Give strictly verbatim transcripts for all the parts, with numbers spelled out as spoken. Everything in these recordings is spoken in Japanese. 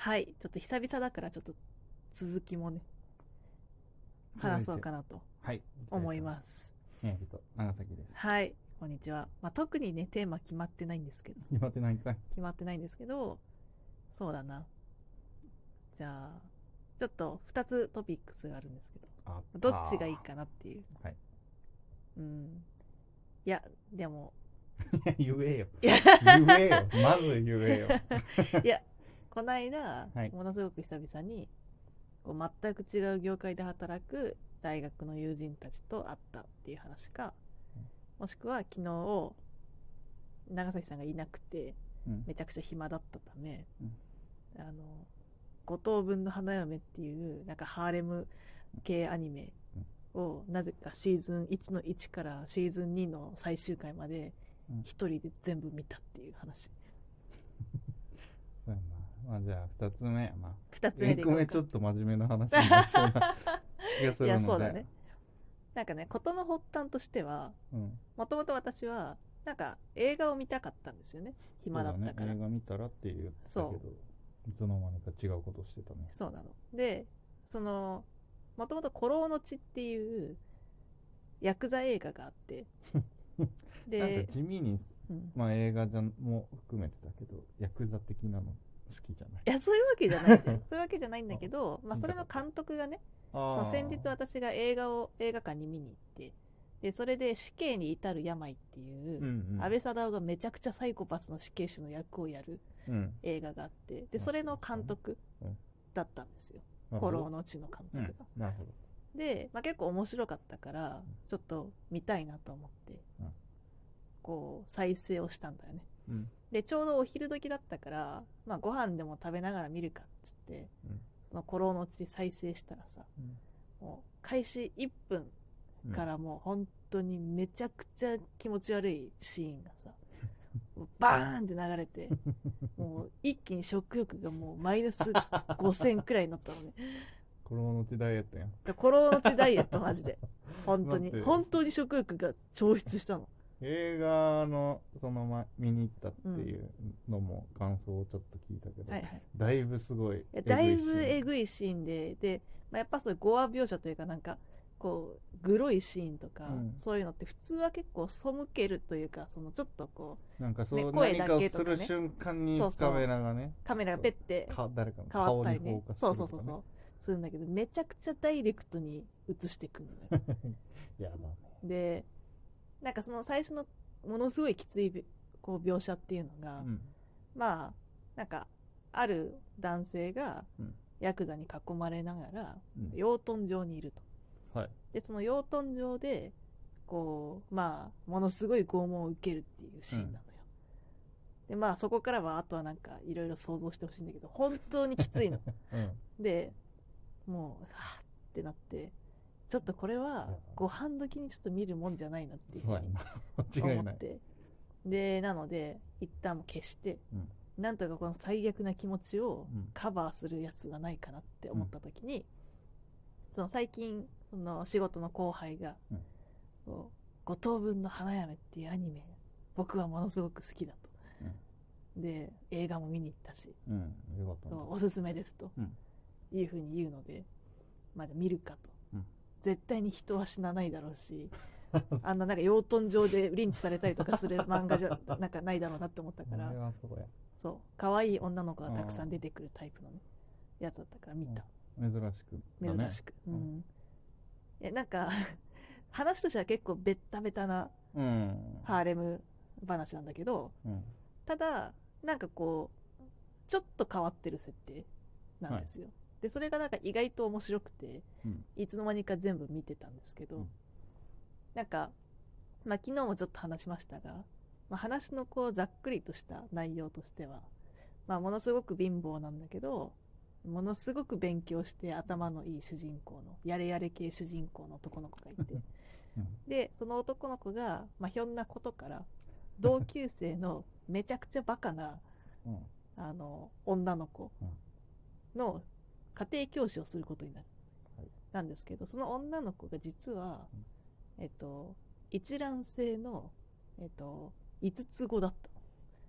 はい、ちょっと久々だからちょっと続きもね話そうかなとはい思います。 宮城と長崎です。 はい、こんにちは。まあ、特にねテーマ決まってないんですけど決まってないんかい。 決まってないんですけどそうだな。じゃあちょっとふたつトピックスがあるんですけど、 あどっちがいいかなっていう。 はい。 うんいやでも言えよ。 いや言えよ。まず言えよ。 いやこの間、 はいものすごく久々にこう全く違う業界で働く大学の友人たちと会ったっていう話か、もしくは昨日長崎さんがいなくてうんめちゃくちゃ暇だったため、 うん、 あの五等分の花嫁っていうなんかハーレム系アニメをなぜかシーズンいちのいちからシーズンにの最終回まで一人で全部見たっていう話。 そうやな。まあじゃあふたつめやな。 ふたつめでいこうか。 いっこめちょっと真面目な話になりそうな気がするので。 いやそうだね。なんかね事の発端としては、もともと私はなんか映画を見たかったんですよね。暇だったから。 そうだね、映画見たらって言ったけど、いつの間にか違うことしてたね。 そうなの。で、そのもともと古老の地っていうヤクザ映画があってでなんか地味に、 うん、 まあ映画じゃも含めてだけどヤクザ的なの好きじゃない。 いやそういうわけじゃないんだよそういうわけじゃないんだけど、まあ、それの監督がね、その先日私が映画を映画館に見に行って、でそれで死刑に至る病っていう、うんうん、安倍貞夫がめちゃくちゃサイコパスの死刑囚の役をやる映画があって、でそれの監督だったんですよ、古老の地の監督が、 うん、なるほど。 で、まあ、結構面白かったからちょっと見たいなと思って、うん、こう再生をしたんだよね、うん、でちょうどお昼時だったから、まあ、ご飯でも食べながら見るかっつって、うん、その古老の地再生したらさ、うん、もう開始いっぷんからもう本当にめちゃくちゃ気持ち悪いシーンがさバーンって流れてもう一気に食欲がもうマイナスごせんくらいになったのね。 コロのちダイエットやん。 コロのちダイエットマジで本当に本当に食欲が消失したの。 映画のその、ま、見に行ったっていうのも感想をちょっと聞いたけど、うんはいはい、だいぶすごいだいぶえぐいシーンで、で、まあ、やっぱそういうゴア描写というかなんかこうグロいシーンとか、うん、そういうのって普通は結構背けるというか、そのちょっとこうなんかそう、ね、声だけとか、ね、何かをする瞬間にカメラがね、 カメラがペッて誰かの顔にフォーカスするとかね、そうそうそうそうするんだけど、めちゃくちゃダイレクトに映してくるのよやだね。 でなんかその最初のものすごいきついこう描写っていうのが、うん、まあなんかある男性がヤクザに囲まれながら、うん、養豚場にいると、はい、でその養豚場でこうまあものすごい拷問を受けるっていうシーンなのよ、うん、でまあそこからはあとはなんかいろいろ想像してほしいんだけど本当にきついの、うん、でもうはぁってなって、ちょっとこれはご飯時にちょっと見るもんじゃないなっていうふうに思って、でなので一旦消して、うん、なんとかこの最悪な気持ちをカバーするやつがないかなって思った時に、うん、その最近その仕事の後輩が、うん、五等分の花嫁っていうアニメ僕はものすごく好きだと、うん、で映画も見に行ったし、うん、そうおすすめですと、うん、いうふうに言うので、まあ、見るかと、うん、絶対に人は死なないだろうしあんななんか養豚場でリンチされたりとかする漫画じゃなんかないだろうなって思ったからそう可愛い女の子がたくさん出てくるタイプの、ね、やつだったから見た、 うん、珍しく、 ね、珍しく、うん、えなんか話としては結構ベッタベタなハーレム話なんだけど、うん、ただなんかこうちょっと変わってる設定なんですよ、はい、でそれがなんか意外と面白くて、うん、いつの間にか全部見てたんですけど、うん、なんか、まあ、昨日もちょっと話しましたが、まあ、話のこうざっくりとした内容としては、まあ、ものすごく貧乏なんだけどものすごく勉強して頭のいい主人公のやれやれ系主人公の男の子がいて、うん、でその男の子が、まあ、ひょんなことから同級生のめちゃくちゃバカな、うん、あの女の子の家庭教師をすることになる、はい、なんですけど、その女の子が実は、うん、えっと、一卵性の、えっと、五つ子だった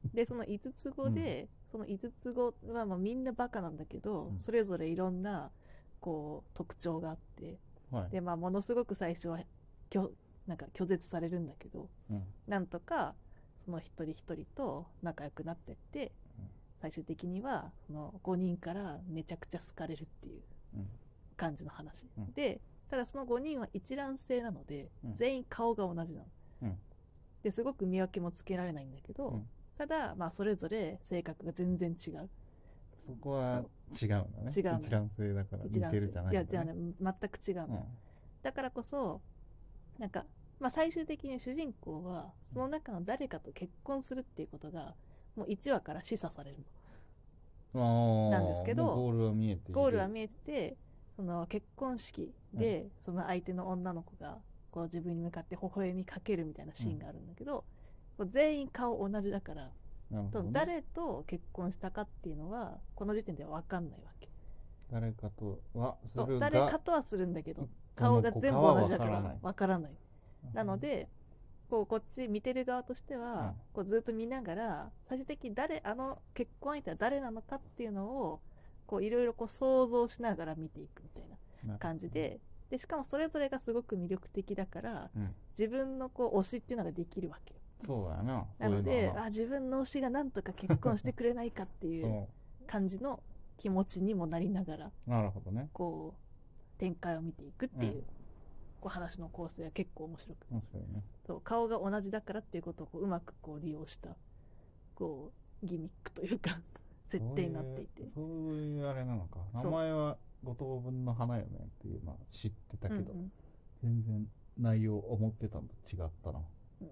でそのいつつ語で、うん、そのいつつ語はまあみんなバカなんだけど、うん、それぞれいろんなこう特徴があって、はい、でまあものすごく最初はきょなんか拒絶されるんだけど、うん、なんとかその一人一人と仲良くなってって、うん、最終的にはそのごにんからめちゃくちゃ好かれるっていう感じの話、うん、でただそのごにんは一卵性なので、うん、全員顔が同じなの、うん、ですごく見分けもつけられないんだけど、うん、ただまあそれぞれ性格が全然違う。 そこは違うんだね。違うの。一卵性だから似てるじゃない、ね、 いやじゃあね全く違うの、うん、だからこそなんか、まあ、最終的に主人公はその中の誰かと結婚するっていうことがもういちわから示唆されるのなんですけど、 ゴールは見えている。 ゴールは見えてて、その結婚式で、うん、その相手の女の子がこう自分に向かって微笑みかけるみたいなシーンがあるんだけど、うん、全員顔同じだから、ね、誰と結婚したかっていうのはこの時点では分かんないわけ。 誰かとはするが、 そう誰かとはするんだけど顔が全部同じだから分からない。なのでこうこっち見てる側としては、うん、こうずっと見ながら最終的に誰あの結婚相手は誰なのかっていうのをこういろいろこう想像しながら見ていくみたいな感じで、でしかもそれぞれがすごく魅力的だから、うん、自分のこう推しっていうのができるわけよ。 そうだよな。 なのであ自分の推しがなんとか結婚してくれないかっていう感じの気持ちにもなりながらなるほどね。 こう展開を見ていくっていう、うん、こう話の構成は結構面白くて、 面白いね。 そう顔が同じだからっていうことをこううまくこう利用したこうギミックというか設定になっていて、 そういう、そういうあれなのか。名前は五等分の花よねっていうのは知ってたけど、うんうん、全然内容思ってたのと違ったな、うん、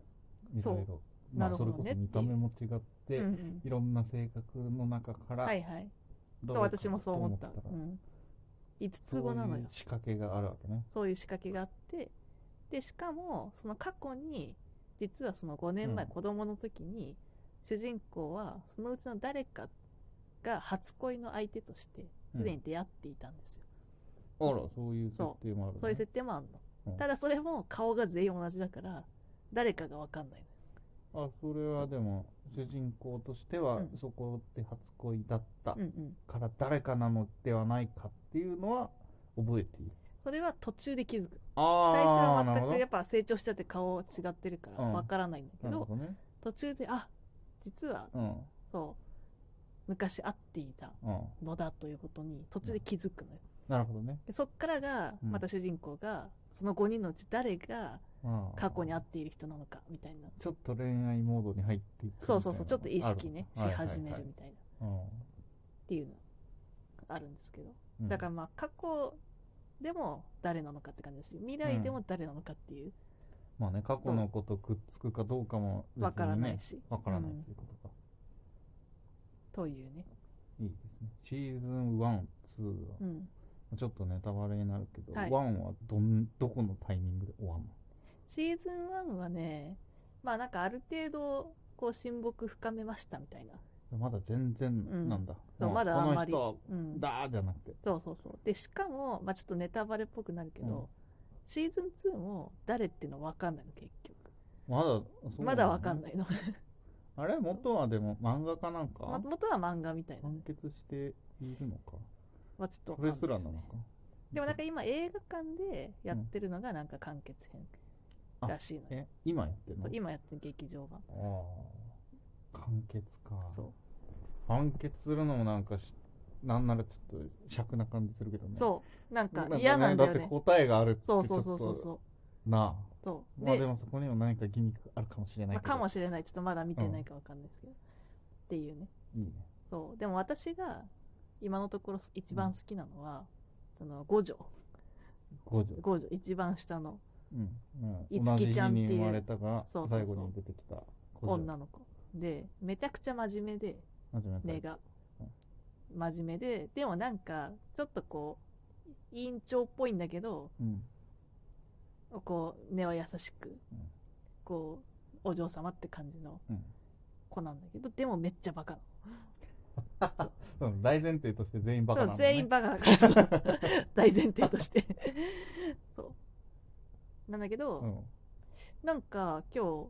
いろいろ、まあ、それこそ見た目も違って、うんうん、いろんな性格の中からはいはいと私もそう思った、うん、いつつ語なのよ。 そういう仕掛けがあるわけね。 そういう仕掛けがあって、でしかもその過去に実はそのごねんまえ、うん、子供の時に主人公はそのうちの誰かが初恋の相手としてすでに出会っていたんですよ、 うん、あらそういう設定もある、ね、 そう、そういう設定もあるの、うん、ただそれも顔が全員同じだから誰かが分かんないの。あそれはでも主人公としてはそこで初恋だったから誰かなのではないかっていうのは覚えている。 それは途中で気づく。最初は全くやっぱ成長しちゃって顔違ってるから分からないんだけど、うんね、途中であ実は、うん、そう昔会っていたのだということに途中で気づくのよ、 うん、なるほどね。 でそっからがまた主人公が、うん、そのごにんのうち誰が過去に会っている人なのかみたいな、 ちょっと恋愛モードに入っていくみたいな、 そうそうそうちょっと意識ねし始めるみたいな、はいはいはい、っていうのがあるんですけど、うん、だからまあ過去でも誰なのかって感じだし未来でも誰なのかっていう、うん、 まあね過去のことくっつくかどうかも別に、ね、 わからないしわからないということか、 うん、というね。 いいですね。シーズンワン、ツーは、うん、ちょっとネタバレになるけど、はい、ワンはどんどこのタイミングで終わるの？ シーズンワンはね、まあなんかある程度こう親睦深めましたみたいな。 まだ全然なんだ、 うん、そうまだあんまりこの人だーじゃなくて、 うん、そうそうそうでしかも、まあ、ちょっとネタバレっぽくなるけど、うん、シーズンツーも誰っていうの分かんないの結局まだそう、 ね、まだ分かんないのあれ元はでも漫画かなんか、 ま、元は漫画みたいな完結しているのか、 まあ、ちょっと分かんないですね。 それすらなのか。 でもなんか今映画館でやってるのがなんか完結編らしいのよ、 うん、え今やってるの？ 今やってる劇場版。 ああ完結か。 そう完結するのもなんかしなんならちょっと尺な感じするけどね。 そうなんか嫌なんだよね。 だって答えがあるってそうそうそうそうそうなあ。 そうまあでもそこにも何かギミックあるかもしれないけど、 まあ、かもしれない。ちょっとまだ見てないかわかんないですけど、うん、っていうね。 いいね。 そうでも私が今のところ一番好きなのは、うん、その五女五女五女一番下の、 うんうん、いつきちゃんっていう同じ日に生まれたが最後に出てきた女の子でめちゃくちゃ真面目で根が、うん、真面目ででもなんかちょっとこう委員長っぽいんだけど、うん、こう根は優しく、うん、こうお嬢様って感じの子なんだけど、でもめっちゃバカなの大前提として全員バカなの、ね、 全員バカだから大前提としてそうなんだけど、うん、なんか今日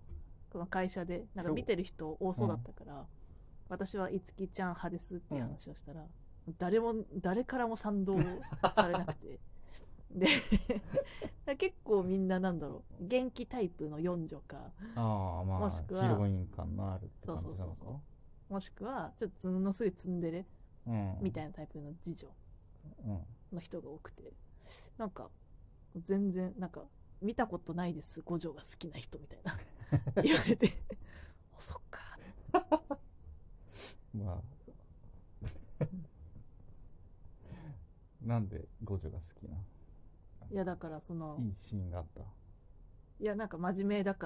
この会社でなんか見てる人多そうだったから、うん、私はいつきちゃん派ですっていう話をしたら、うん、誰も誰からも賛同されなくてで結構みんななんだろう元気タイプの四女か、 あ、まあ、もしくはヒロイン感のあるって感じなのか、そうそうそうそうもしくはちょっとものすごいツンデレ、うん、みたいなタイプの次女の人が多くて、なんか全然なんか見たことないです五女が好きな人みたいな言われてそっかまあなんで五女が好きな、 いやだからそのいいシーンがあった、 いやなんか真面目だ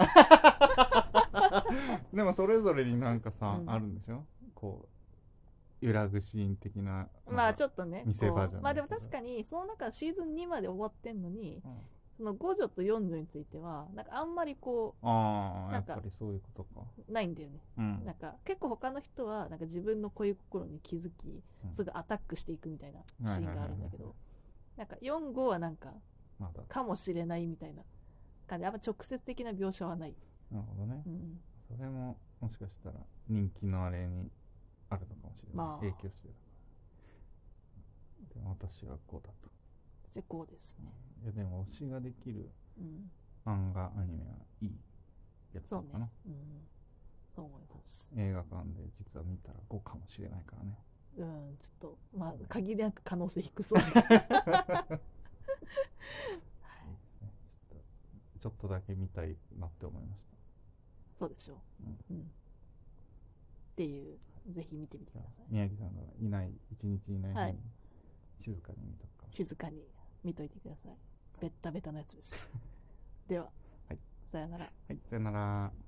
からでもそれぞれになんかさ、うん、あるんでしょ、こう揺らぐシーン的な、 まあちょっとね見せ場じゃん、 まあでも確かにその中シーズンにまで終わってんのに、うん、その五女と四女についてはなんかあんまりこう、 ああやっぱりそういうことかないんだよね、うん、なんか結構他の人はなんか自分の恋心に気づき、うん、すぐアタックしていくみたいなシーンがあるんだけど、なんかよん、ごはなんか、ま、かもしれないみたいな感じであんま直接的な描写はない。 なるほどね、うん、それももしかしたら人気のあれにあるのかもしれない、まあ、影響してる。でも私はごだと。 じゃごですね。 いやでも推しができる漫画、アニメはいいやつなのかな。そうね、うん、 そう思います。 映画館で実は見たらごかもしれないからね。 うん、ちょっとまあ限りなく可能性低そう。 ちょっとだけ見たいなって思いました。 そうでしょう、うんうん、っていうぜひ見てみてください。 宮城さんがいない一日いない日に、はい、静かに見とくか静かに見といてください。ベッタベタなやつですでは、はい、さよなら。 はい、さよなら。